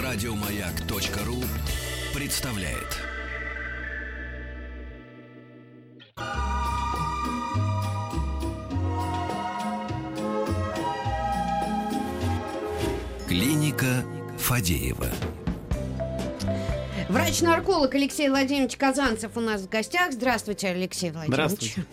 Радиомаяк.ру представляет. Клиника Фадеева. Врач-нарколог Алексей Владимирович Казанцев у нас в гостях. Здравствуйте, Алексей Владимирович. Здравствуйте.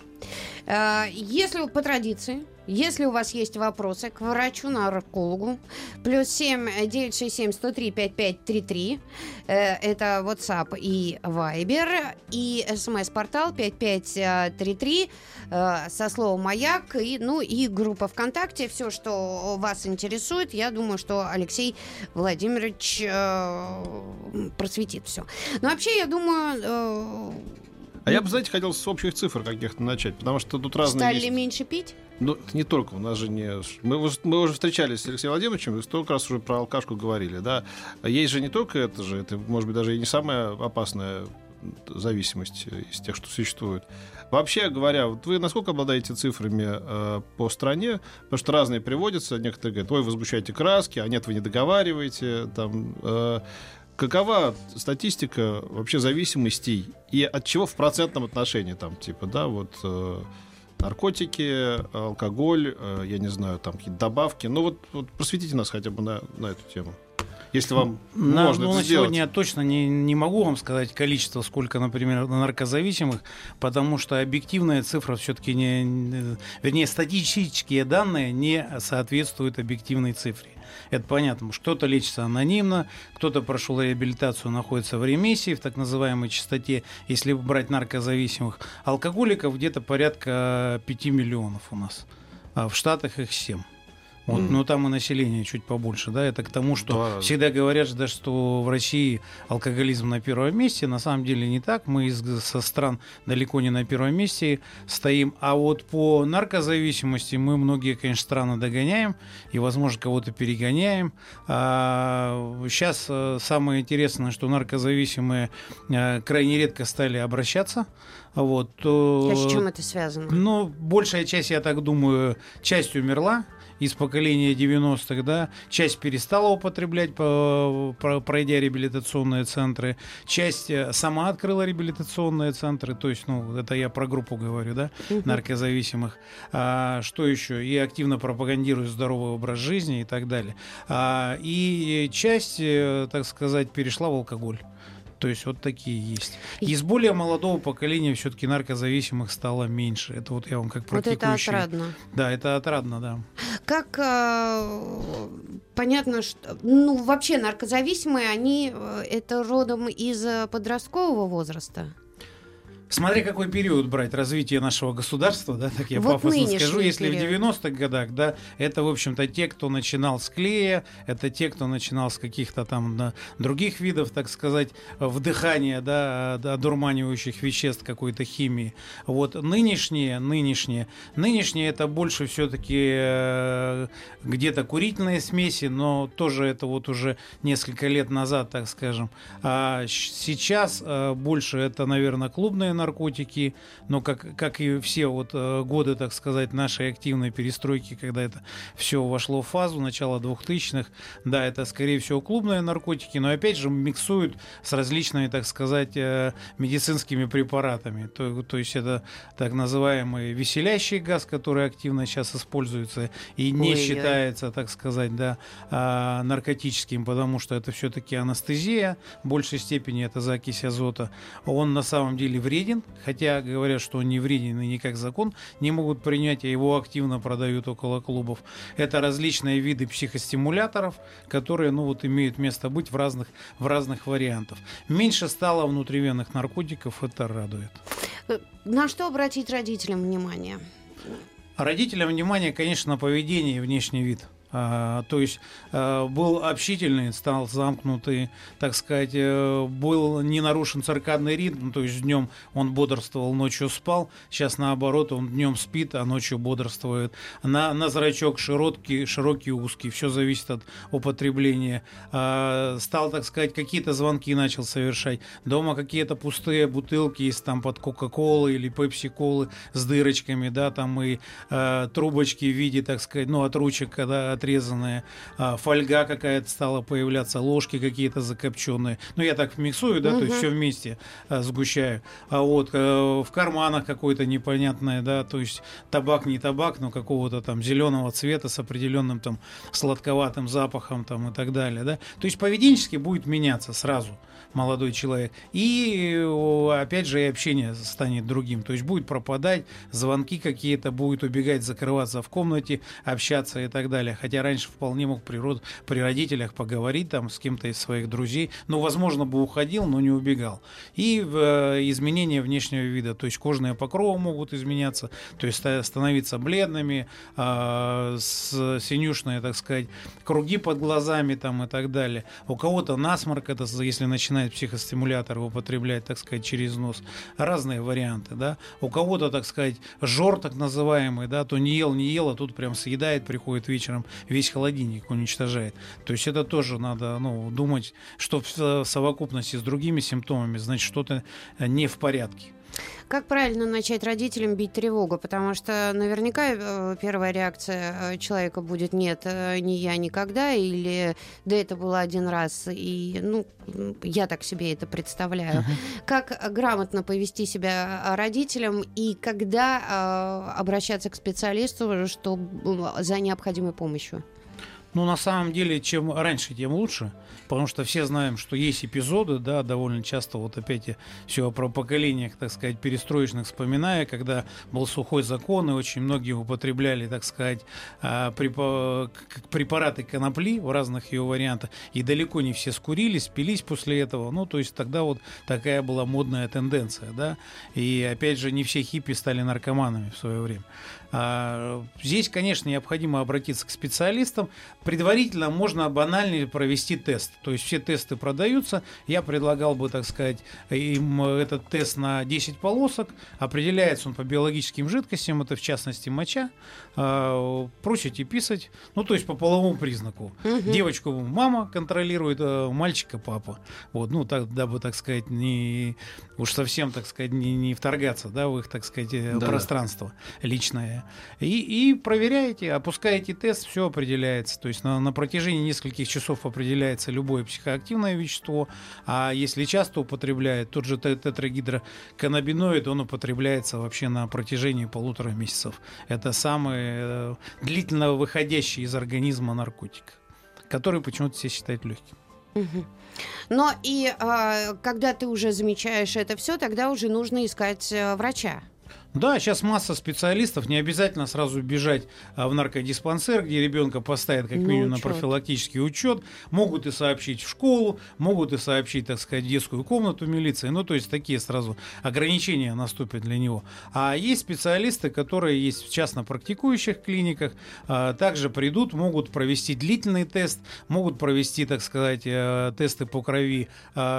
Если по традиции, если у вас есть вопросы к врачу-наркологу, +7 967 103 5533, это WhatsApp и Viber, и СМС-портал 5533 со словом «Маяк», и группа ВКонтакте. Все, что вас интересует, я думаю, что Алексей Владимирович просветит все. Но вообще, я думаю... А я бы, знаете, хотел с общих цифр каких-то начать, потому что тут разные Стали есть. меньше пить? Ну, не только, у нас же не... Мы уже встречались с Алексеем Владимировичем и столько раз уже про алкашку говорили, да. Есть же не только это же, это, может быть, даже и не самая опасная зависимость из тех, что существует. Вообще говоря, вот вы насколько обладаете цифрами по стране? Потому что разные приводятся, некоторые говорят, ой, вы сгущаете краски, а нет, вы не договариваете, там... Какова статистика вообще зависимостей и от чего в процентном отношении, там, типа, да, вот наркотики, алкоголь, я не знаю, там какие-то добавки. Ну вот просветите нас хотя бы на эту тему. Если вам можно это сделать. Сегодня я точно не могу вам сказать количество, сколько, например, наркозависимых, потому что объективная цифра все-таки вернее, статистические данные не соответствуют объективной цифре. Это понятно, что кто-то лечится анонимно, кто-то прошел реабилитацию, находится в ремиссии, в так называемой частоте, если брать наркозависимых. Алкоголиков где-то порядка 5 миллионов у нас, а в Штатах их 7. Вот, но там и население чуть побольше, да, это к тому, что всегда говорят, да, что в России алкоголизм на первом месте, на самом деле не так, мы со стран далеко не на первом месте стоим, а вот по наркозависимости мы многие, конечно, страны догоняем и, возможно, кого-то перегоняем. Сейчас самое интересное, что наркозависимые крайне редко стали обращаться. Вот, а с чем это связано? Ну, большая часть, я так думаю, часть умерла из поколения 90-х, да, часть перестала употреблять, пройдя реабилитационные центры, часть сама открыла реабилитационные центры, то есть, ну, это я про группу говорю, да, наркозависимых. Что еще? И активно пропагандирует здоровый образ жизни и так далее. И часть, так сказать, перешла в алкоголь. То есть вот такие есть. Из более молодого поколения все-таки наркозависимых стало меньше. Это вот я вам как практикующий. Вот это отрадно. Да, это отрадно, да. Как понятно, что вообще наркозависимые, они это родом из подросткового возраста? Смотря какой период брать развитие нашего государства, да, так я вот пафосно скажу, если период. В 90-х годах, да, это, в общем-то, те, кто начинал с клея, это те, кто начинал с каких-то там других видов, так сказать, вдыхания, да, одурманивающих веществ, какой-то химии. Вот нынешние это больше все-таки где-то курительные смеси, но тоже это вот уже несколько лет назад, так скажем. А сейчас больше это, наверное, клубные наркотики, но как и все вот годы, так сказать, нашей активной перестройки, когда это все вошло в фазу начала 2000-х, да, это, скорее всего, клубные наркотики, но, опять же, миксуют с различными, так сказать, медицинскими препаратами. То есть это так называемый веселящий газ, который активно сейчас используется и не считается, так сказать, да, наркотическим, потому что это все-таки анестезия, в большей степени это закись азота. Он на самом деле вреден, хотя говорят, что он не вреден и никак закон не могут принять, а его активно продают около клубов. Это различные виды психостимуляторов, которые, имеют место быть в разных вариантах. Меньше стало внутривенных наркотиков, это радует. На что обратить родителям внимание? Родителям внимание, конечно, на поведение и внешний вид. То есть был общительный, стал замкнутый, так сказать, был не нарушен циркадный ритм, то есть днем он бодрствовал, ночью спал, сейчас наоборот, он днем спит, а ночью бодрствует. На зрачок широкий, узкий, все зависит от употребления. Стал, так сказать, какие-то звонки начал совершать, дома какие-то пустые бутылки есть там под Кока-Колы или Пепси-Колы с дырочками, да, там и трубочки в виде, так сказать, от ручек, когда от отрезанные, фольга какая-то стала появляться, ложки какие-то закопченные. Ну, я так миксую, да, то есть все вместе сгущаю. А вот в карманах какое-то непонятное, да, то есть табак не табак, но какого-то там зеленого цвета с определенным там сладковатым запахом там и так далее, да. То есть поведенчески будет меняться сразу молодой человек. И, опять же, и общение станет другим. То есть будет пропадать, звонки какие-то, будет убегать, закрываться в комнате, общаться и так далее. Хотя раньше вполне мог при родителях поговорить там с кем-то из своих друзей. Ну, возможно, бы уходил, но не убегал. И изменение внешнего вида. То есть кожные покровы могут изменяться, то есть становиться бледными, синюшные, так сказать, круги под глазами там и так далее. У кого-то насморк, это если начинает психостимулятор употреблять, так сказать, через нос. Разные варианты, да. У кого-то, так сказать, жор так называемый, да, то не ел, а тут прям съедает, приходит вечером, весь холодильник уничтожает. То есть это тоже надо, думать, что в совокупности с другими симптомами, значит, что-то не в порядке. Как правильно начать родителям бить тревогу? Потому что наверняка первая реакция человека будет: нет, не я никогда, или да, это было один раз, и я так себе это представляю. Как грамотно повести себя родителям и когда обращаться к специалисту за необходимой помощью? На самом деле, чем раньше, тем лучше, потому что все знаем, что есть эпизоды, да, довольно часто, вот опять я все про поколениях, так сказать, перестроечных вспоминаю, когда был сухой закон, и очень многие употребляли, так сказать, препараты конопли в разных ее вариантах, и далеко не все скурились, спились после этого, то есть тогда вот такая была модная тенденция, да, и опять же, не все хиппи стали наркоманами в свое время. Здесь, конечно, необходимо обратиться к специалистам. Предварительно можно банально провести тест. То есть все тесты продаются. Я предлагал бы, так сказать, им этот тест на 10 полосок. Определяется он по биологическим жидкостям, это в частности моча. Просите писать. То есть по половому признаку. Девочку мама контролирует, мальчика папа. Вот, дабы, так сказать, не уж совсем, так сказать, не вторгаться, да, в их, так сказать, пространство личное. И проверяете, опускаете тест, все определяется. То есть на протяжении нескольких часов определяется любое психоактивное вещество. А если часто употребляет, тот же тетрагидроканнабиноид, он употребляется вообще на протяжении 1,5 месяцев. Это самый длительно выходящий из организма наркотик, который почему-то все считают легким. Но и когда ты уже замечаешь это все, тогда уже нужно искать врача. Да, сейчас масса специалистов, не обязательно сразу бежать в наркодиспансер, где ребенка поставят как минимум на профилактический учет, могут и сообщить в школу, могут и сообщить, так сказать, в детскую комнату милиции, то есть такие сразу ограничения наступят для него. А есть специалисты, которые есть в частно практикующих клиниках, также придут, могут провести длительный тест, могут провести, так сказать, тесты по крови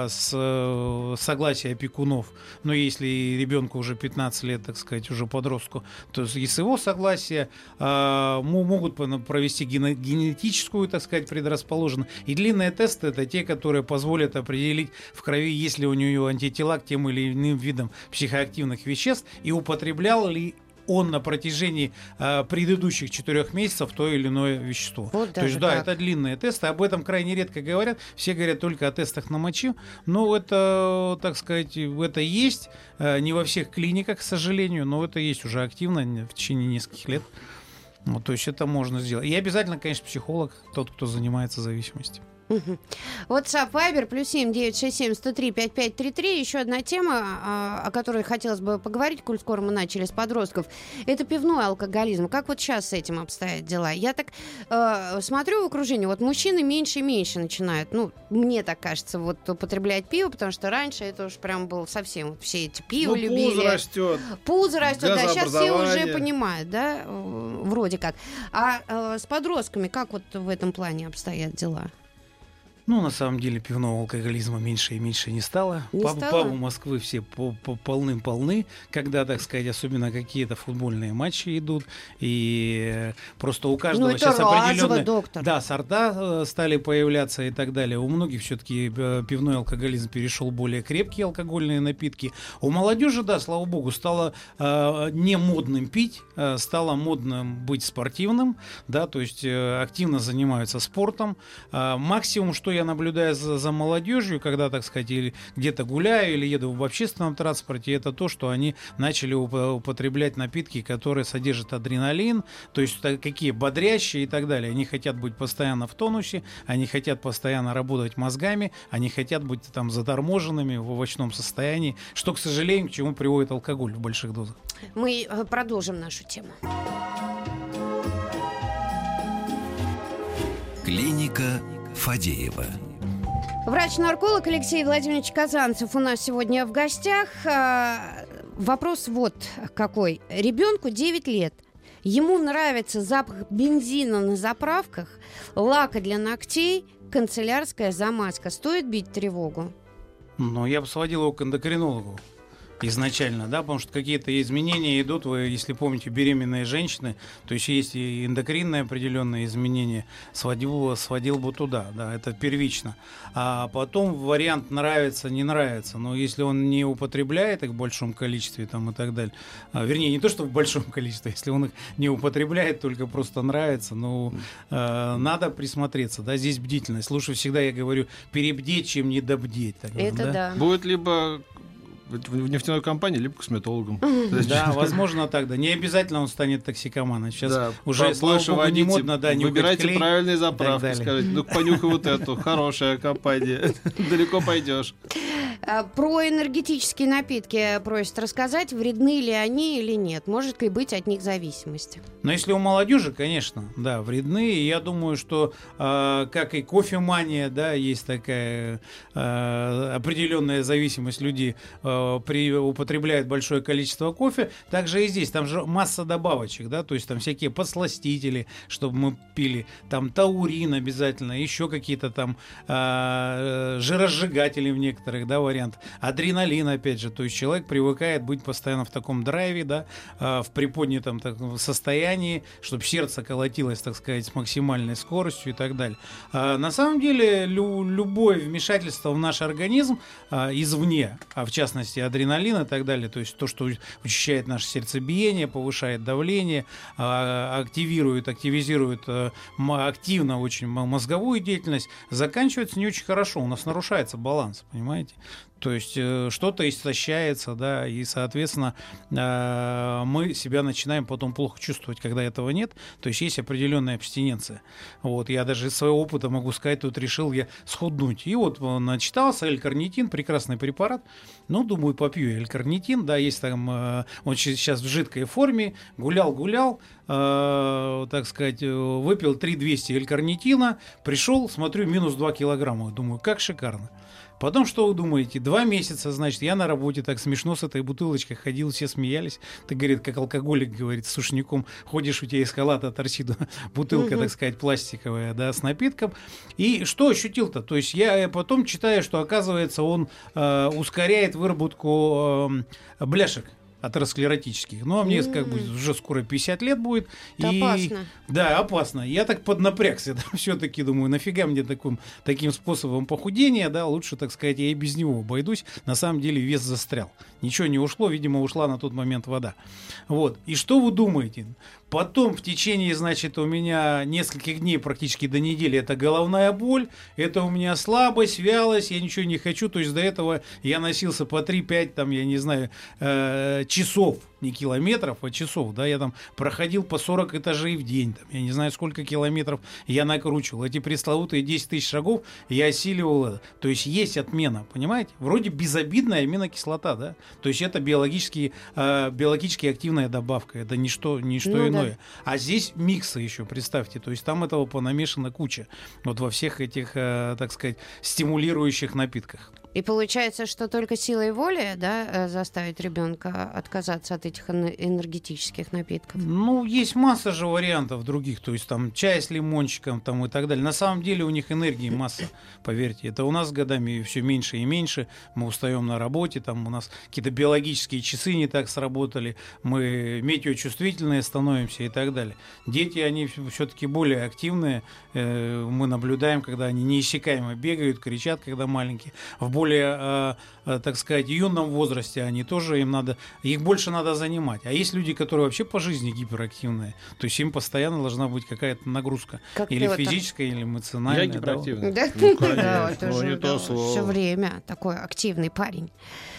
с согласия опекунов, но если ребенку уже 15 лет, так сказать, уже подростку, то есть и с его согласия могут провести генетическую, так сказать, предрасположенность. И длинные тесты — это те, которые позволят определить в крови, есть ли у нее антитела к тем или иным видам психоактивных веществ, и употреблял ли он на протяжении предыдущих 4 месяцев то или иное вещество. Вот то есть, да, так. Это длинные тесты. Об этом крайне редко говорят. Все говорят только о тестах на мочу. Но это, так сказать, это есть. Не во всех клиниках, к сожалению, но это есть уже активно в течение нескольких лет. То есть это можно сделать. И обязательно, конечно, психолог, тот, кто занимается зависимостью. WhatsApp, Viber, +7 967 103 5533. Еще одна тема, о которой хотелось бы поговорить, коль скоро мы начали с подростков, это пивной алкоголизм. Как вот сейчас с этим обстоят дела? Я так смотрю в окружении, вот мужчины меньше и меньше начинают, мне так кажется, вот употреблять пиво, потому что раньше это уж прям было совсем, все эти пиво любили. Пузо растет, да, сейчас все уже понимают, да, вроде как. А с подростками как вот в этом плане обстоят дела? Ну, на самом деле, пивного алкоголизма меньше и меньше не стало. Пабы Москвы все полны-полны, когда, так сказать, особенно какие-то футбольные матчи идут. И просто у каждого сейчас определенные сорта стали появляться и так далее. У многих все-таки пивной алкоголизм перешел в более крепкие алкогольные напитки. У молодежи, да, слава богу, стало не модным пить, стало модным быть спортивным, да, то есть активно занимаются спортом. Максимум, что я наблюдаю за молодежью, когда, так сказать, или где-то гуляю или еду в общественном транспорте, это то, что они начали употреблять напитки, которые содержат адреналин, то есть какие бодрящие и так далее. Они хотят быть постоянно в тонусе, они хотят постоянно работать мозгами, они хотят быть там заторможенными в овощном состоянии, что, к сожалению, к чему приводит алкоголь в больших дозах. Мы продолжим нашу тему. Клиника Фадеева. Врач-нарколог Алексей Владимирович Казанцев у нас сегодня в гостях. Вопрос вот какой. Ребенку 9 лет. Ему нравится запах бензина на заправках, лака для ногтей, канцелярская замазка. Стоит бить тревогу? Ну, я бы сводил его к эндокринологу изначально, да, потому что какие-то изменения идут, вы, если помните, беременные женщины, то есть есть и эндокринные определенные изменения, сводил бы туда, да, это первично. А потом вариант нравится, не нравится, но если он не употребляет их в большом количестве там и так далее, вернее, не то, что в большом количестве, если он их не употребляет, только просто нравится, но надо присмотреться, да, здесь бдительность. Лучше всегда, я говорю, перебдеть, чем недобдеть. Так это говорю, да. Будет либо в нефтяной компании, либо косметологом. Да, возможно так, да. Не обязательно он станет токсикоманом. Сейчас уже, слава богу, не модно, да, выбирайте правильные заправки, скажите, ну понюхай вот эту, хорошая компания, далеко пойдешь. Про энергетические напитки просят рассказать, вредны ли они или нет, может ли быть от них зависимость? Но если у молодежи, конечно, да, вредны, и я думаю, что как и кофемания, да, есть такая определенная зависимость людей, употребляют большое количество кофе, также и здесь, там же масса добавочек, да, то есть там всякие подсластители, чтобы мы пили, там таурин обязательно, еще какие-то там жиросжигатели в некоторых, да, вариант, адреналин, опять же, то есть человек привыкает быть постоянно в таком драйве, да, в приподнятом таком состоянии, чтобы сердце колотилось, так сказать, с максимальной скоростью и так далее. На самом деле любое вмешательство в наш организм извне, а в частности адреналин и так далее, то есть то, что учащает наше сердцебиение, повышает давление, активизирует активно очень мозговую деятельность, заканчивается не очень хорошо, у нас нарушается баланс, понимаете? То есть что-то истощается, да, и, соответственно, мы себя начинаем потом плохо чувствовать, когда этого нет. То есть есть определенная абстиненция. Вот, я даже из своего опыта могу сказать, тут решил я схуднуть. И вот начитался, L-карнитин, прекрасный препарат. Ну, думаю, попью L-карнитин, да, есть там, он сейчас в жидкой форме, гулял, так сказать, выпил 3200 L-карнитина, пришел, смотрю, минус 2 килограмма. Думаю, как шикарно. Потом, что вы думаете, 2 месяца, значит, я на работе так смешно с этой бутылочкой ходил, все смеялись. Ты, говорит, как алкоголик, говорит, с сушняком ходишь, у тебя из халата торчит бутылка, так сказать, пластиковая, да, с напитком. И что ощутил-то? То есть я потом читаю, что, оказывается, он ускоряет выработку бляшек атеросклеротических. Ну, а мне как бы уже скоро 50 лет будет. Это опасно. Да, опасно. Я так поднапрягся, да, все-таки думаю, нафига мне таким способом похудения, да, лучше, так сказать, я и без него обойдусь. На самом деле вес застрял. Ничего не ушло, видимо, ушла на тот момент вода. Вот. И что вы думаете? Потом в течение, значит, у меня нескольких дней, практически до недели, это головная боль, это у меня слабость, вялость, я ничего не хочу. То есть до этого я носился по 3-5, там, я не знаю, часов, не километров, а часов, да, я там проходил по 40 этажей в день, там, я не знаю, сколько километров я накручивал. Эти пресловутые 10 тысяч шагов я осиливал это. То есть есть отмена, понимаете? Вроде безобидная аминокислота, да? То есть это биологически активная добавка, это ничто иное. Да. А здесь миксы еще, представьте, то есть там этого понамешана куча, вот во всех этих, так сказать, стимулирующих напитках. И получается, что только силой воли, да, заставить ребенка отказаться от этих энергетических напитков? Ну, есть масса же вариантов других, то есть там чай с лимончиком там, и так далее. На самом деле у них энергии масса, поверьте. Это у нас годами все меньше и меньше. Мы устаем на работе, там у нас какие-то биологические часы не так сработали, мы метеочувствительные становимся и так далее. Дети, они все-таки более активные. Мы наблюдаем, когда они неиссякаемо бегают, кричат, когда маленькие. В более, так сказать, юном возрасте они тоже, их больше надо занимать. А есть люди, которые вообще по жизни гиперактивные, то есть им постоянно должна быть какая-то нагрузка. Как или физическая, или эмоциональная. Я гиперактивный. Да, конечно, это но же не то слово. все время такой активный парень.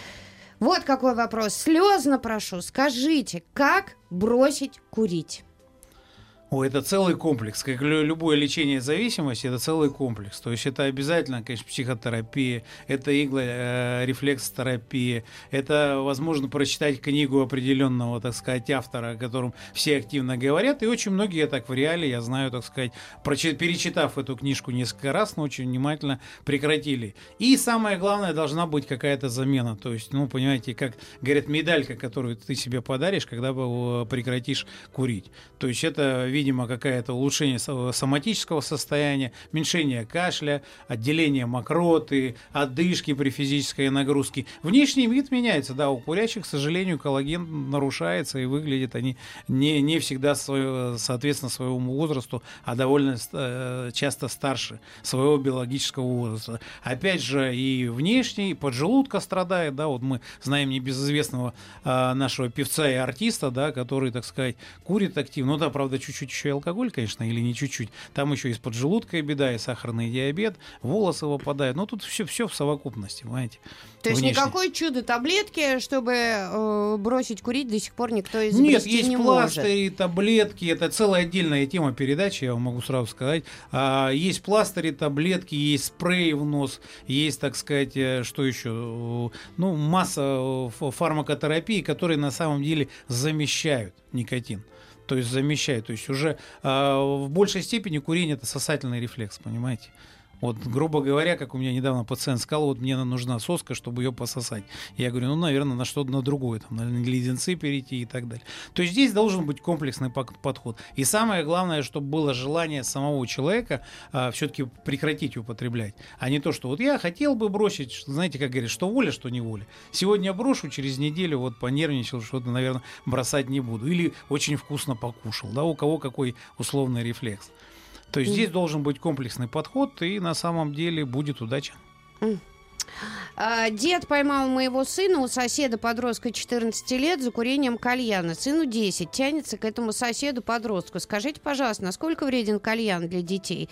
Вот какой вопрос. Слезно прошу, скажите, как бросить курить? Это целый комплекс. Как любое лечение зависимости, это целый комплекс. То есть это обязательно, конечно, психотерапия, это иглорефлексотерапия, это, возможно, прочитать книгу определенного, так сказать, автора, о котором все активно говорят. И очень многие так в реале, я знаю, так сказать, перечитав эту книжку несколько раз, но очень внимательно прекратили. И самое главное, должна быть какая-то замена. То есть, понимаете, как говорят, медалька, которую ты себе подаришь, когда прекратишь курить. То есть это, видимо, какое-то улучшение соматического состояния, уменьшение кашля, отделение мокроты, одышки при физической нагрузке. Внешний вид меняется, да, у курящих, к сожалению, коллаген нарушается, и выглядят они не всегда соответственно своему возрасту, а довольно часто старше своего биологического возраста. Опять же, и внешний, и поджелудка страдает, да, вот мы знаем небезызвестного нашего певца и артиста, да, который, так сказать, курит активно, да, правда, чуть-чуть еще и алкоголь, конечно, или не чуть-чуть. Там еще из поджелудка беда, и сахарный диабет, волосы выпадают. Но тут все в совокупности, понимаете. То есть внешне. никакой чудо-таблетки, чтобы бросить курить, до сих пор никто Нет, изобрести есть не пластыри, может. таблетки, это целая отдельная тема передачи, я вам могу сразу сказать. Есть пластыри, таблетки, есть спрей в нос, есть, так сказать, что еще? Масса фармакотерапии, которые на самом деле замещают никотин. То есть замещает. То есть уже в большей степени курение — это сосательный рефлекс, понимаете? Вот, грубо говоря, как у меня недавно пациент сказал, вот мне нужна соска, чтобы ее пососать. Я говорю, наверное, на что-то на другое, там, на леденцы перейти и так далее. То есть здесь должен быть комплексный подход. И самое главное, чтобы было желание самого человека все-таки прекратить употреблять. А не то, что вот я хотел бы бросить, знаете, как говорят, что воля, что неволя. Сегодня брошу, через неделю вот понервничал, что-то, наверное, бросать не буду. Или очень вкусно покушал. Да, у кого какой условный рефлекс. То есть здесь должен быть комплексный подход, и на самом деле будет удача. Дед поймал моего сына у соседа-подростка 14 лет за курением кальяна. Сыну 10. Тянется к этому соседу-подростку. Скажите, пожалуйста, насколько вреден кальян для детей?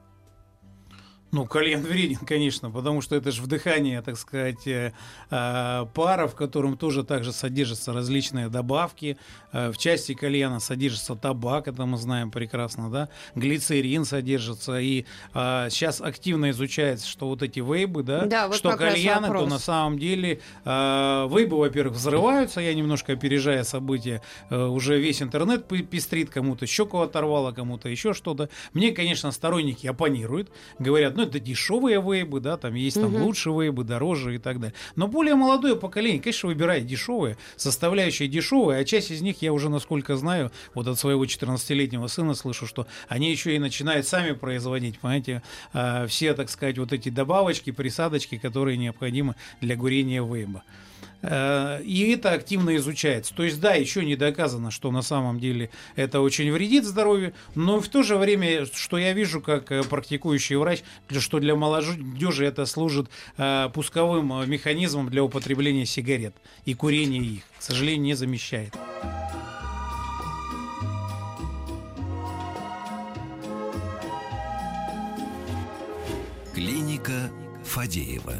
Кальян вреден, конечно, потому что это же вдыхание, так сказать, пара, в котором тоже также содержатся различные добавки. В части кальяна содержится табак, это мы знаем прекрасно, да, глицерин содержится. И сейчас активно изучается, что вот эти вейбы, да вот что кальяны, то на самом деле вейбы, во-первых, взрываются. Я немножко опережая события, уже весь интернет пестрит, кому-то щеку оторвало, кому-то еще что-то. Мне, конечно, сторонники оппонируют, говорят, это дешевые вейбы, да, там есть там лучшие вейбы, дороже и так далее. Но более молодое поколение, конечно, выбирает дешевые, составляющие дешевые, а часть из них, я уже, насколько знаю, вот от своего 14-летнего сына слышу, что они еще и начинают сами производить, понимаете, все, так сказать, вот эти добавочки, присадочки, которые необходимы для курения вейба. И это активно изучается. То есть, да, еще не доказано, что на самом деле это очень вредит здоровью, но в то же время, что я вижу как практикующий врач, что для молодежи это служит пусковым механизмом для употребления сигарет и курения их, к сожалению, не замещает. Клиника Фадеева.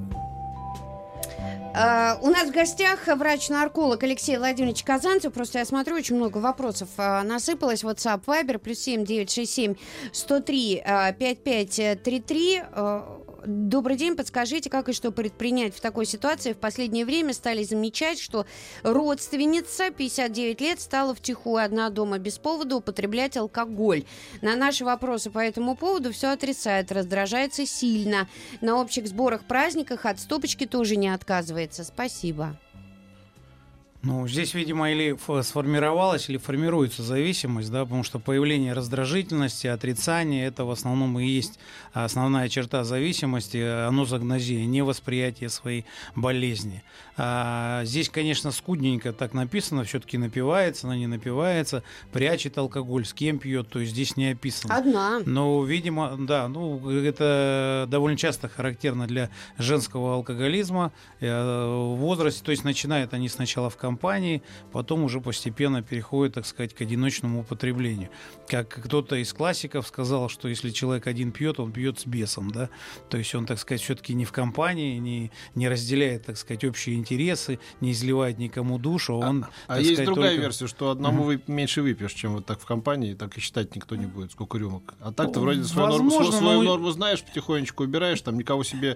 У нас в гостях врач-нарколог Алексей Владимирович Казанцев. Просто я смотрю, очень много вопросов насыпалось. WhatsApp, Viber, +7 967 103 5533. Добрый день, подскажите, как и что предпринять в такой ситуации? В последнее время стали замечать, что родственница 59 лет стала втихую одна дома без повода употреблять алкоголь. На наши вопросы по этому поводу все отрицает, раздражается сильно. На общих сборах, праздниках от стопочки тоже не отказывается. Спасибо. Ну, здесь, видимо, или сформировалась, или формируется зависимость, да, потому что появление раздражительности, отрицания, это в основном и есть основная черта зависимости, анозагнозия, невосприятие своей болезни. Здесь, конечно, скудненько так написано, все-таки напивается, но не напивается, прячет алкоголь, с кем пьет, то есть здесь не описано. Одна. Но, видимо, да, ну, это довольно часто характерно для женского алкоголизма в возрасте, то есть начинают они сначала в компании, потом уже постепенно переходят, так сказать, к одиночному употреблению. Как кто-то из классиков сказал, что если человек один пьет, он пьет с бесом, да, то есть он, так сказать, все-таки не в компании, не разделяет, так сказать, общие интересы, не изливает никому душу, он, есть сказать, другая только... версия, что одному меньше выпьешь, чем вот так в компании, так и считать никто не будет, сколько рюмок. А так-то вроде свою норму знаешь, потихонечку убираешь, там никого себе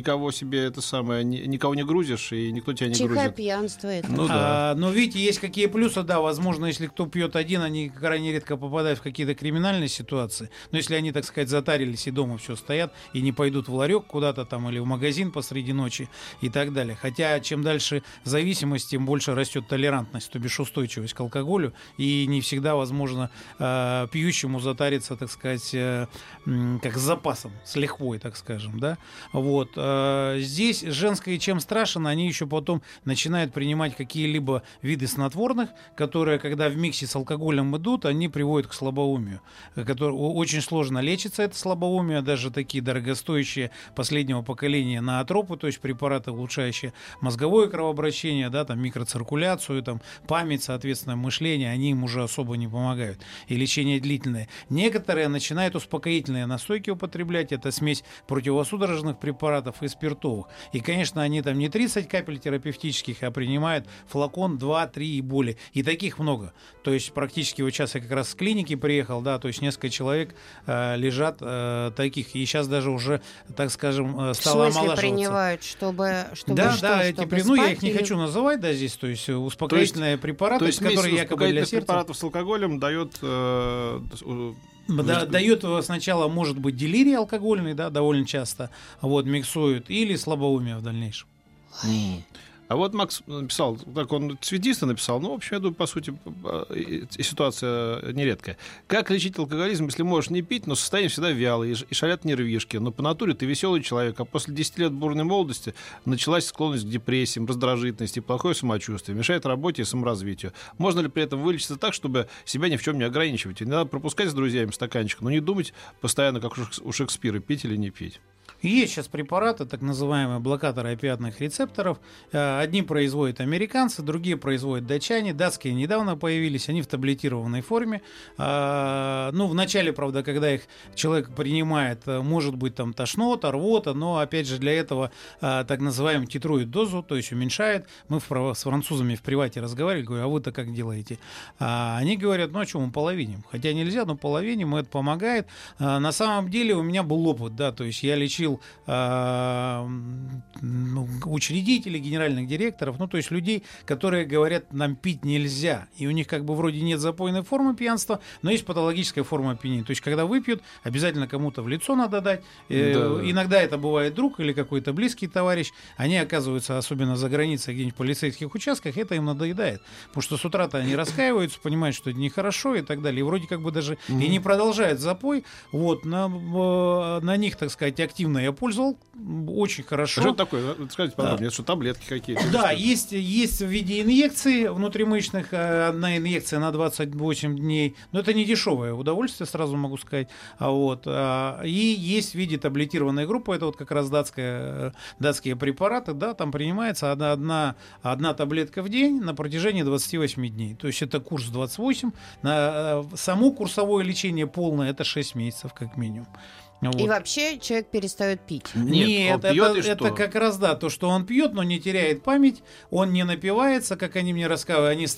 это самое, никого не грузишь, и никто тебя не грузит. Тихое пьянство это. Ну, да. Но видите, есть какие плюсы, да, возможно, если кто пьет один, они крайне редко попадают в какие-то криминальные ситуации, но если они, так сказать, затарились и дома все стоят, и не пойдут в ларек куда-то там или в магазин посреди ночи и так далее. Хотя чем дальше зависимость, тем больше растет толерантность, то бишь устойчивость к алкоголю, и не всегда возможно пьющему затариться, так сказать, как с запасом, с лихвой, так скажем, да. Вот. Здесь женское чем страшно, они еще потом начинают принимать какие-либо виды снотворных, которые, когда в миксе с алкоголем идут, они приводят к слабоумию. Очень сложно лечится это слабоумие, даже такие дорогостоящие последнего поколения ноотропы, то есть препараты, улучшающие мозговое кровообращение, да, там, микроциркуляцию, там, память, соответственно, мышление, они им уже особо не помогают. И лечение длительное. Некоторые начинают успокоительные настойки употреблять, это смесь противосудорожных препаратов и спиртовых. И, конечно, они там не 30 капель терапевтических, а принимают флакон 2, 3 и более. И таких много. То есть практически вот сейчас я как раз с клиники приехал, да, то есть несколько человек лежат таких. И сейчас даже уже, так скажем, стало омолаживаться. В смысле принимают, чтобы да, эти я их не хочу называть, да, здесь, то есть успокоительные препараты, которые якобы для сердца. Препаратов с алкоголем дает... Дает сначала, может быть, делирий алкогольный, да, довольно часто, вот, миксуют, или слабоумие в дальнейшем. А вот Макс написал, так он цветисто написал, ну, в общем, я думаю, по сути, ситуация нередкая. Как лечить алкоголизм, если можешь не пить, но состояние всегда вялое и шалят нервишки, но по натуре ты веселый человек, а после 10 лет бурной молодости началась склонность к депрессиям, раздражительности, плохое самочувствие, мешает работе и саморазвитию. Можно ли при этом вылечиться так, чтобы себя ни в чем не ограничивать? И не надо пропускать с друзьями стаканчик, но не думать постоянно, как у Шекспира, пить или не пить. Есть сейчас препараты, так называемые блокаторы опиатных рецепторов. Одни производят американцы, другие производят датчане. Датские недавно появились, они в таблетированной форме. Ну, в начале, правда, когда их человек принимает, может быть там тошнота, рвота, но, опять же, для этого так называемый титрует дозу, то есть уменьшает. Мы с французами в привате разговаривали, говорю, а вы-то как делаете? Они говорят, ну, а что, мы половиним? Хотя нельзя, но половиним, это помогает. На самом деле у меня был опыт, да, то есть я лечил учредителей, генеральных директоров, ну, то есть людей, которые говорят, нам пить нельзя, и у них как бы вроде нет запойной формы пьянства, но есть патологическая форма опьянения, то есть когда выпьют, обязательно кому-то в лицо надо дать, иногда это бывает друг или какой-то близкий товарищ, они оказываются, особенно за границей, где-нибудь в полицейских участках, это им надоедает, потому что с утра-то они раскаиваются, понимают, что это нехорошо и так далее, и вроде как бы даже и не продолжают запой, вот, на них, так сказать, активно я пользовал, очень хорошо. Что это такое? Скажите подробнее, это что, таблетки какие-то? Да, есть в виде инъекций внутримышечных, одна инъекция на 28 дней, но это не дешевое удовольствие, сразу могу сказать. Вот. И есть в виде таблетированной группы, это вот как раз датские препараты, да, там принимается одна таблетка в день на протяжении 28 дней. То есть это курс 28. Само курсовое лечение полное это 6 месяцев как минимум. Вот. И вообще человек перестает пить. Нет, это как раз да, то, что он пьет, но не теряет память, он не напивается, как они мне рассказывали, они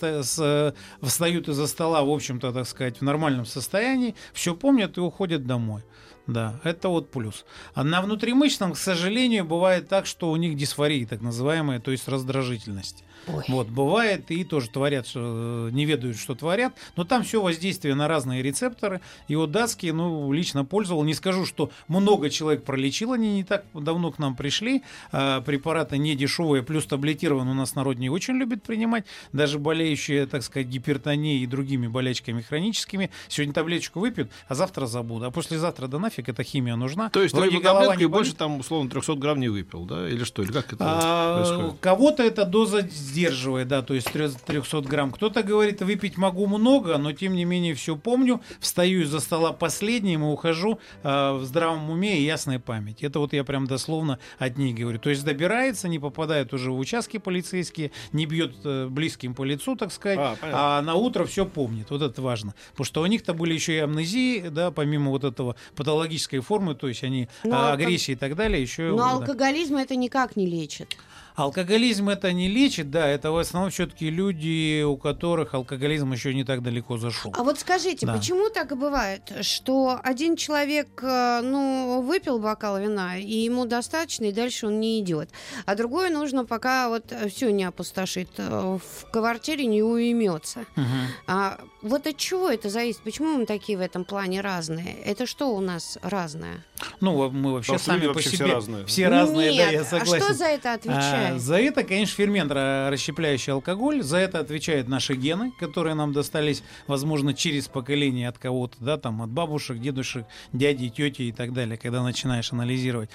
встают из-за стола, в общем-то, так сказать, в нормальном состоянии, все помнят и уходят домой. Да, это вот плюс. А на внутримышечном, к сожалению, бывает так, что у них дисфория так называемая, то есть раздражительность. Ой. Вот, бывает, и тоже творят, не ведают, что творят, но там все воздействие на разные рецепторы. И вот датские, лично пользовал. Не скажу, что много человек пролечил, они не так давно к нам пришли. Препараты не дешевые, плюс таблетирован у нас народ не очень любит принимать. Даже болеющие, так сказать, гипертонией и другими болячками хроническими. Сегодня таблеточку выпьют, а завтра забудут. А послезавтра да нафиг, эта химия нужна. То есть вроде голова голова не болит. больше там, условно, 300 грамм не выпил, да? Или что? Или как это происходит? Кого-то эта доза сдерживает, да, то есть 300 грамм. Кто-то говорит, выпить могу много, но тем не менее все помню, встаю из-за стола последним и ухожу в здравом уме и ясной памяти. Это вот я прям дословно от них говорю. То есть добирается, не попадает уже в участки полицейские, не бьет близким по лицу, так сказать, а на утро все помнит. Вот это важно. Потому что у них-то были еще и амнезии, да, помимо вот этого патологической формы, то есть они агрессии и так далее. Еще, но алкоголизм это никак не лечит. Алкоголизм это не лечит, да, это в основном все-таки люди, у которых алкоголизм еще не так далеко зашел. А вот скажите, почему так и бывает, что один человек, выпил бокал вина, и ему достаточно, и дальше он не идет, а другой нужно, пока вот все не опустошит, в квартире не уймется. Вот от чего это зависит? Почему мы такие в этом плане разные? Это что у нас разное? Потому Мы вообще сами по себе все разные. Все разные, Нет, да, я согласен. А что за это отвечает? За это, конечно, фермент, расщепляющий алкоголь, за это отвечают наши гены, которые нам достались, возможно, через поколение от кого-то, да, там, от бабушек, дедушек, дядей, тети и так далее, когда начинаешь анализировать.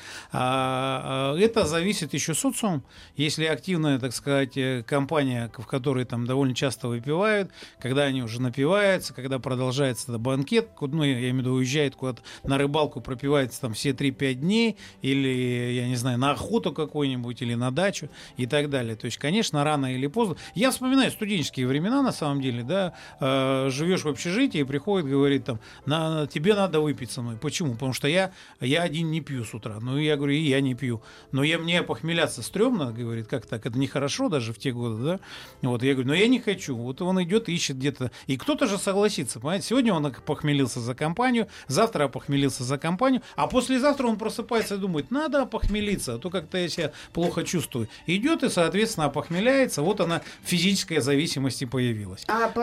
Это зависит еще социум. Если активная, так сказать, компания, в которой там довольно часто выпивают, когда они уже напиваются, когда продолжается банкет, я имею в виду, уезжает куда-то на рыбалку, пропивается там все 3-5 дней, или, я не знаю, на охоту какую-нибудь, или на дачу и так далее. То есть, конечно, рано или поздно. Я вспоминаю студенческие времена, на самом деле, да, живешь в общежитии, приходит, говорит, там, тебе надо выпить со мной. Почему? Потому что я один не пью с утра. Я говорю, и я не пью. Но мне похмеляться стрёмно, говорит, как так? Это нехорошо даже в те годы, да? Вот, я говорю, но я не хочу. Вот он идет, ищет где-то. И кто-то же согласится, понимаете? Сегодня он похмелился за компанию, завтра похмелился за компанию, а послезавтра он просыпается и думает, надо опохмелиться, а то как-то я себя плохо чувствую. Идет и, соответственно, опохмеляется. Вот она, физическая зависимость и появилась.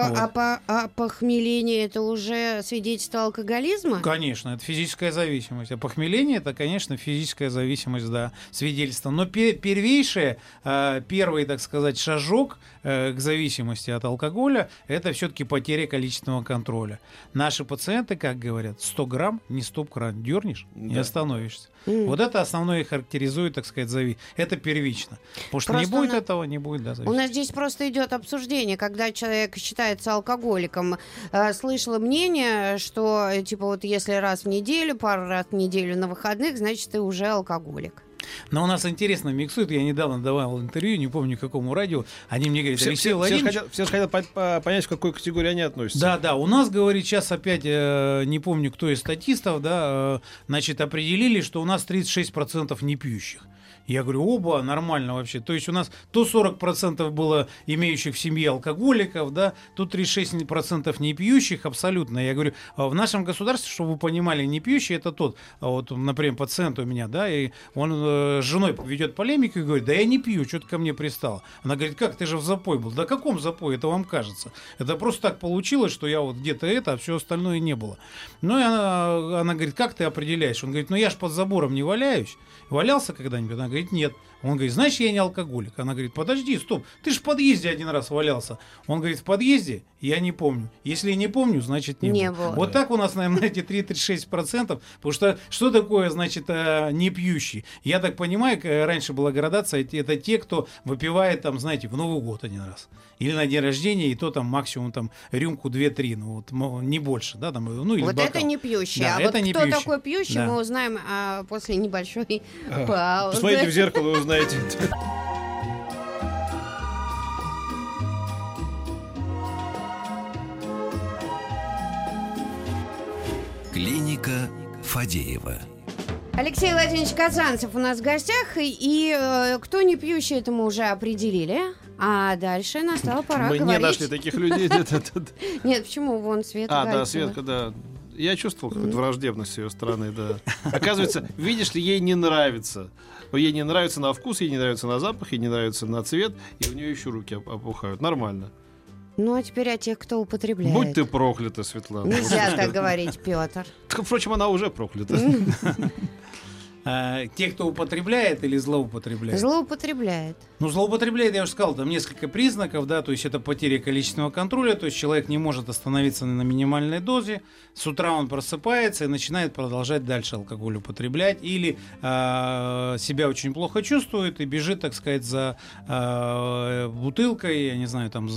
А похмеление это уже свидетельство алкоголизма? Конечно, это физическая зависимость. А похмеление это, конечно, физическая зависимость, да, свидетельство. Но первейшее, первый, так сказать, шажок к зависимости от алкоголя, это все-таки потеря количественного контроля. Наши пациенты, как говорят, 100 грамм, не стоп-кран, дернешь, не остановишься. Вот это основное и характеризует, так сказать, это первично. Потому что не будет этого, не будет, да, зависимости. У нас здесь просто идет обсуждение, когда человек считается алкоголиком. Слышала мнение, что, типа, вот если раз в неделю, пару раз в неделю на выходных, значит, ты уже алкоголик. Но у нас интересно миксуют. Я недавно давал интервью, не помню какому радио. Они мне говорят, Алексей Владимирович... Все хотят понять, в какой категории они относятся. Да, у нас, говорит, сейчас опять, не помню, кто из статистов, да, значит, определили, что у нас 36% не пьющих. Я говорю, оба, нормально вообще. То есть у нас то 40% было имеющих в семье алкоголиков, да, тут 36% не пьющих абсолютно. Я говорю, в нашем государстве, чтобы вы понимали, не пьющий это тот, вот, например, пациент у меня, да, и он с женой ведет полемику и говорит, да я не пью, что-то ко мне пристало. Она говорит, как, ты же в запой был. Да каком запой, это вам кажется? Это просто так получилось, что я вот где-то а все остальное не было. Ну и она говорит, как ты определяешь? Он говорит, я ж под забором не валяюсь. Валялся когда-нибудь? Она говорит, нет. Он говорит, значит, я не алкоголик. Она говорит, подожди, стоп, ты же в подъезде один раз валялся. Он говорит, в подъезде? Я не помню. Если я не помню, значит, не было. Вот так у нас, наверное, эти 36%. Потому что такое, значит, не пьющий? Я так понимаю, раньше была градация, это те, кто выпивает, там, знаете, в Новый год один раз. Или на день рождения, и то там максимум там, рюмку 2-3, не больше. Да, там, или вот бокал. Это не пьющий. Да, а это вот не кто пьющий. такой пьющий, да. Мы узнаем после небольшой паузы. Посмотрите в зеркало, вы узнаете. Клиника Фадеева. Алексей Владимирович Казанцев у нас в гостях, и кто не пьющий, это мы уже определили. А дальше настала пора Мы говорить. не нашли таких людей. Нет, почему? Вон Светка. Да, Светка, да. Я чувствовал какую-то враждебность с ее стороны, да. Оказывается, видишь ли, ей не нравится. Ей не нравится на вкус, ей не нравится на запах, ей не нравится на цвет, и у нее еще руки опухают. Нормально. Ну, а теперь о тех, кто употребляет. Будь ты проклята, Светлана. Нельзя так говорить, Петр. Впрочем, она уже проклята. Те, кто употребляет или злоупотребляет? Злоупотребляет. Ну, злоупотребляет, я уже сказал, там несколько признаков, да, то есть это потеря количественного контроля, то есть человек не может остановиться на минимальной дозе, с утра он просыпается и начинает продолжать дальше алкоголь употреблять, или себя очень плохо чувствует и бежит, так сказать, за бутылкой, я не знаю, там,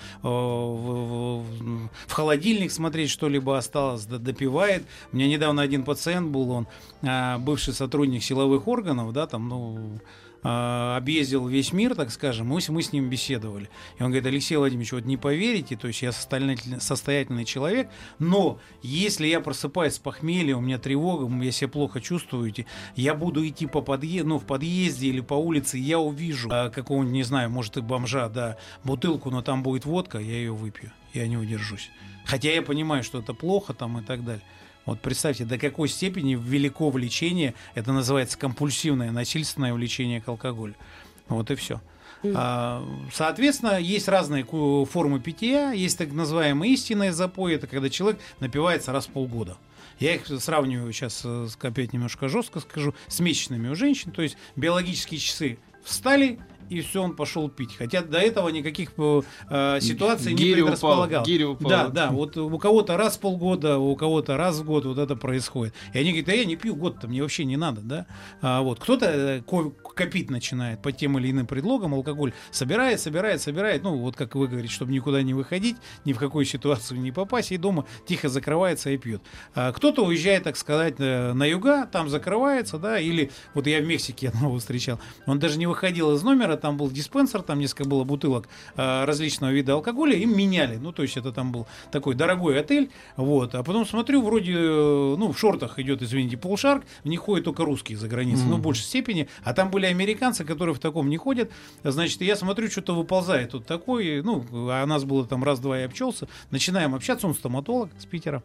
в холодильник смотреть что-либо осталось, допивает. У меня недавно один пациент был, он бывший сотрудник силовых органов, да, там, ну, объездил весь мир, так скажем, мы с ним беседовали. И он говорит: Алексей Владимирович, вот не поверите, то есть я состоятельный человек, но если я просыпаюсь с похмелья, у меня тревога, я себя плохо чувствую, я буду идти в подъезде или по улице, я увижу какого-нибудь, не знаю, может и бомжа, да, бутылку, но там будет водка, я ее выпью, я не удержусь. Хотя я понимаю, что это плохо там и так далее. Вот представьте, до какой степени велико влечение, это называется компульсивное, насильственное влечение к алкоголю. Вот и все. Соответственно, есть разные формы питья, есть так называемые истинные запои, это когда человек напивается раз в полгода. Я их сравниваю сейчас, опять немножко жестко скажу, с месячными у женщин, то есть биологические часы встали, и все, он пошел пить. Хотя до этого никаких ситуаций не предрасполагал. Да, вот у кого-то раз в полгода, у кого-то раз в год вот это происходит. И они говорят: я не пью год-то, мне вообще не надо, да. Вот. Кто-то копить начинает по тем или иным предлогам, алкоголь собирает, ну, вот как вы говорите, чтобы никуда не выходить, ни в какую ситуацию не попасть, и дома тихо закрывается и пьет. Кто-то уезжает, так сказать, на юга, там закрывается, да, или вот я в Мексике одного встречал, он даже не выходил из номера, там был диспенсер, там несколько было бутылок различного вида алкоголя, им меняли, ну, то есть это там был такой дорогой отель, вот, а потом смотрю, вроде, ну, в шортах идет, извините, полшарк, в них ходят только русские за границей, но в большей степени, а там были американцы, которые в таком не ходят, значит, я смотрю, что-то выползает тут такой, ну, а нас было там раз-два и обчелся, начинаем общаться, он стоматолог с Питера.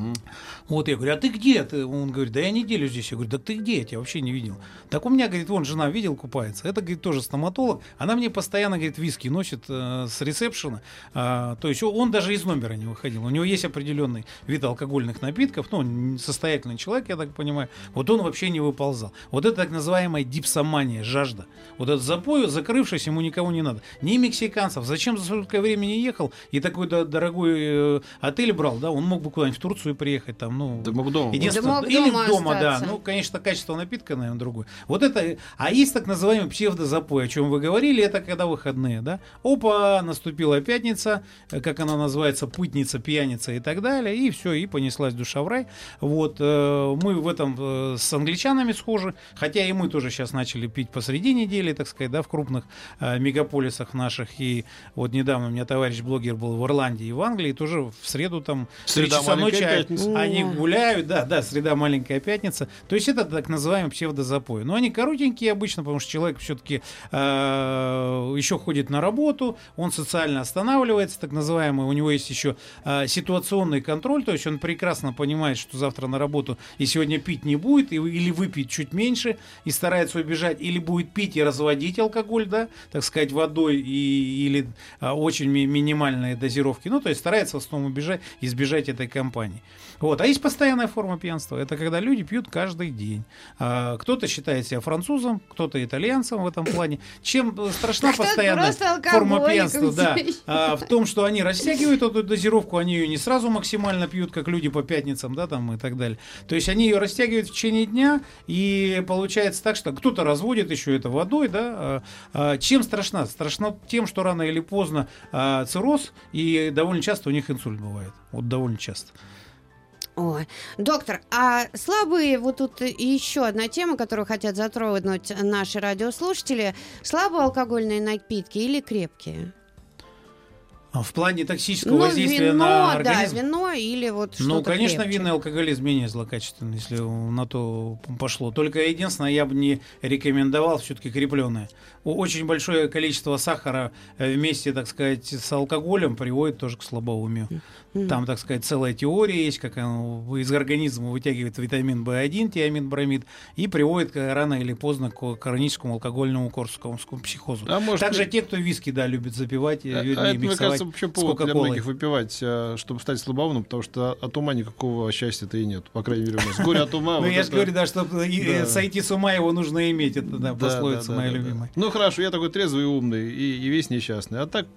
Вот я говорю: а ты где? Он говорит: да я неделю здесь. Я говорю: да ты где? Я тебя вообще не видел. Так у меня, говорит, вон жена, видел, купается. Это, говорит, тоже стоматолог. Она мне постоянно, говорит, виски носит с ресепшена. То есть он даже из номера не выходил. У него есть определенный вид алкогольных напитков. Ну, он состоятельный человек, я так понимаю. Вот он вообще не выползал. Вот это так называемая дипсомания, жажда. Вот этот запой, закрывшись, ему никого не надо. Ни мексиканцев. Зачем за столько времени ехал и такой дорогой отель брал, да? Он мог бы куда-нибудь в Турцию приехать, там, ну, да мог дома. Или дома, да. Ну, конечно, качество напитка, наверное, другое. Вот это. А есть так называемый псевдозапой, о чем вы говорили, это когда выходные, да. Опа, наступила пятница, как она называется, путница, пьяница и так далее, и все, и понеслась душа в рай. Вот мы в этом с англичанами схожи, хотя и мы тоже сейчас начали пить посреди недели, так сказать, да, в крупных мегаполисах наших. И вот недавно у меня товарищ блогер был в Ирландии и в Англии, тоже в среду там 3 часа ночи они гуляют, да, среда маленькая пятница. То есть это так называемый псевдозапой. Но они коротенькие обычно, потому что человек все-таки еще ходит на работу, он социально останавливается, так называемый. У него есть еще ситуационный контроль, то есть он прекрасно понимает, что завтра на работу и сегодня пить не будет, или выпить чуть меньше, и старается убежать, или будет пить и разводить алкоголь, да, так сказать, водой или очень минимальные дозировки. Ну, то есть старается в основном избежать этой компании. Вот. А есть постоянная форма пьянства. Это когда люди пьют каждый день. Кто-то считает себя французом, кто-то итальянцем в этом плане. Чем страшна постоянная форма пьянства? Да, в том, что они растягивают эту дозировку, они ее не сразу максимально пьют, как люди по пятницам, да, там и так далее. То есть они ее растягивают в течение дня, и получается так, что кто-то разводит еще это водой, да. Чем страшна? Страшна тем, что рано или поздно цирроз, и довольно часто у них инсульт бывает. Вот довольно часто. Ой, доктор, а слабые, вот тут еще одна тема, которую хотят затронуть наши радиослушатели, слабые алкогольные напитки или крепкие? В плане токсического воздействия вино, на организм? Да, вино или вот что-то Ну, конечно, крепче. винный алкоголизм менее злокачественный, если на то пошло. Только единственное, я бы не рекомендовал все-таки крепленное. Очень большое количество сахара вместе, так сказать, с алкоголем приводит тоже к слабоумию. Там, так сказать, целая теория есть, как из организма вытягивает витамин В1, тиамин-бромид, и приводит рано или поздно к хроническому алкогольному корсаковскому психозу. Также те, кто виски, да, любит запивать, это, мне кажется, вообще повод для многих выпивать, чтобы стать слабоумным, потому что от ума никакого счастья-то и нет. По крайней мере, у нас горе от ума. Ну, я же говорю, да, чтобы сойти с ума, его нужно иметь. Это, да, пословица моя любимая. Ну, хорошо, я такой трезвый и умный, и весь несчастный. А так...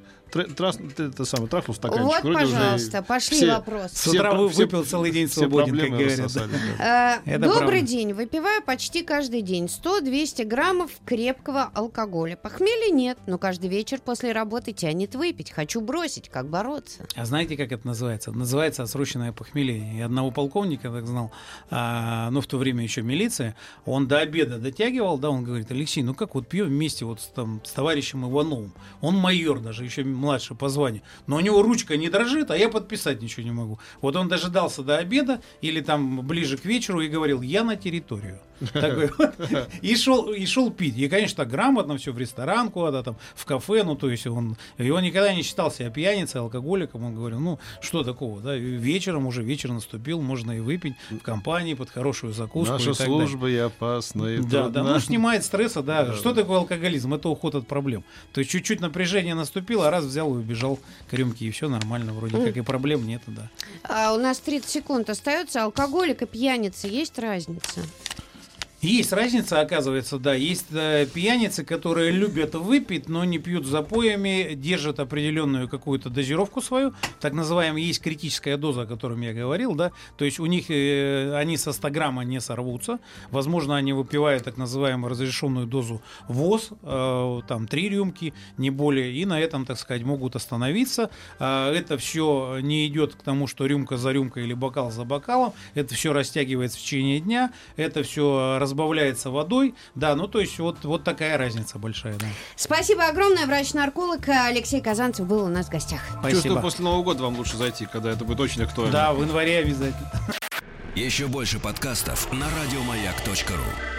это самое, трахнул стаканчик. Вот, пожалуйста, пошли вопросы. С утра выпил целый день свободен, как говорят. Добрый день. Выпиваю почти каждый день 100-200 граммов крепкого алкоголя. Похмелья нет, но каждый вечер после работы тянет выпить. Хочу бросить. Как бороться? А знаете, как это называется? Это называется отсроченное похмелье. Я одного полковника так знал, в то время еще милиция, он до обеда дотягивал, да, он говорит: Алексей, ну как вот пьем вместе вот с товарищем Ивановым. Он майор даже, еще младше по званию, но у него ручка не дрожит, а я подписать ничего не могу. Вот он дожидался до обеда или там ближе к вечеру и говорил: я на территорию. И шел пить. И, конечно, так грамотно все в ресторан куда-то, там, в кафе, ну, то есть он никогда не считал себя пьяницей, алкоголиком. Он говорил: ну, что такого, да, вечером, уже вечер наступил, можно и выпить в компании под хорошую закуску. Наша служба и опасна, и да, ну, снимает стресса, да. Что такое алкоголизм? Это уход от проблем. То есть чуть-чуть напряжение наступило, а раз взял и убежал к рюмке, и все нормально, вроде как и проблем нет, да. У нас 30 секунд остается. Алкоголик и пьяница, есть разница? Есть разница, оказывается, да. Есть пьяницы, которые любят выпить, но не пьют запоями, держат определенную какую-то дозировку свою. Так называемая есть критическая доза, о которой я говорил, да. То есть у них они со 100 грамма не сорвутся. Возможно, они выпивают так называемую разрешенную дозу ВОЗ, там 3 рюмки, не более, и на этом, так сказать, могут остановиться. Это все не идет к тому, что рюмка за рюмкой или бокал за бокалом. Это все растягивается в течение дня. Это все разбавляется водой, да, ну то есть вот такая разница большая, да. Спасибо огромное, врач-нарколог Алексей Казанцев был у нас в гостях. Спасибо. Чувствую, после Нового года вам лучше зайти, когда это будет очень актуально. Да, в январе обязательно. Еще больше подкастов на радиомаяк.ру.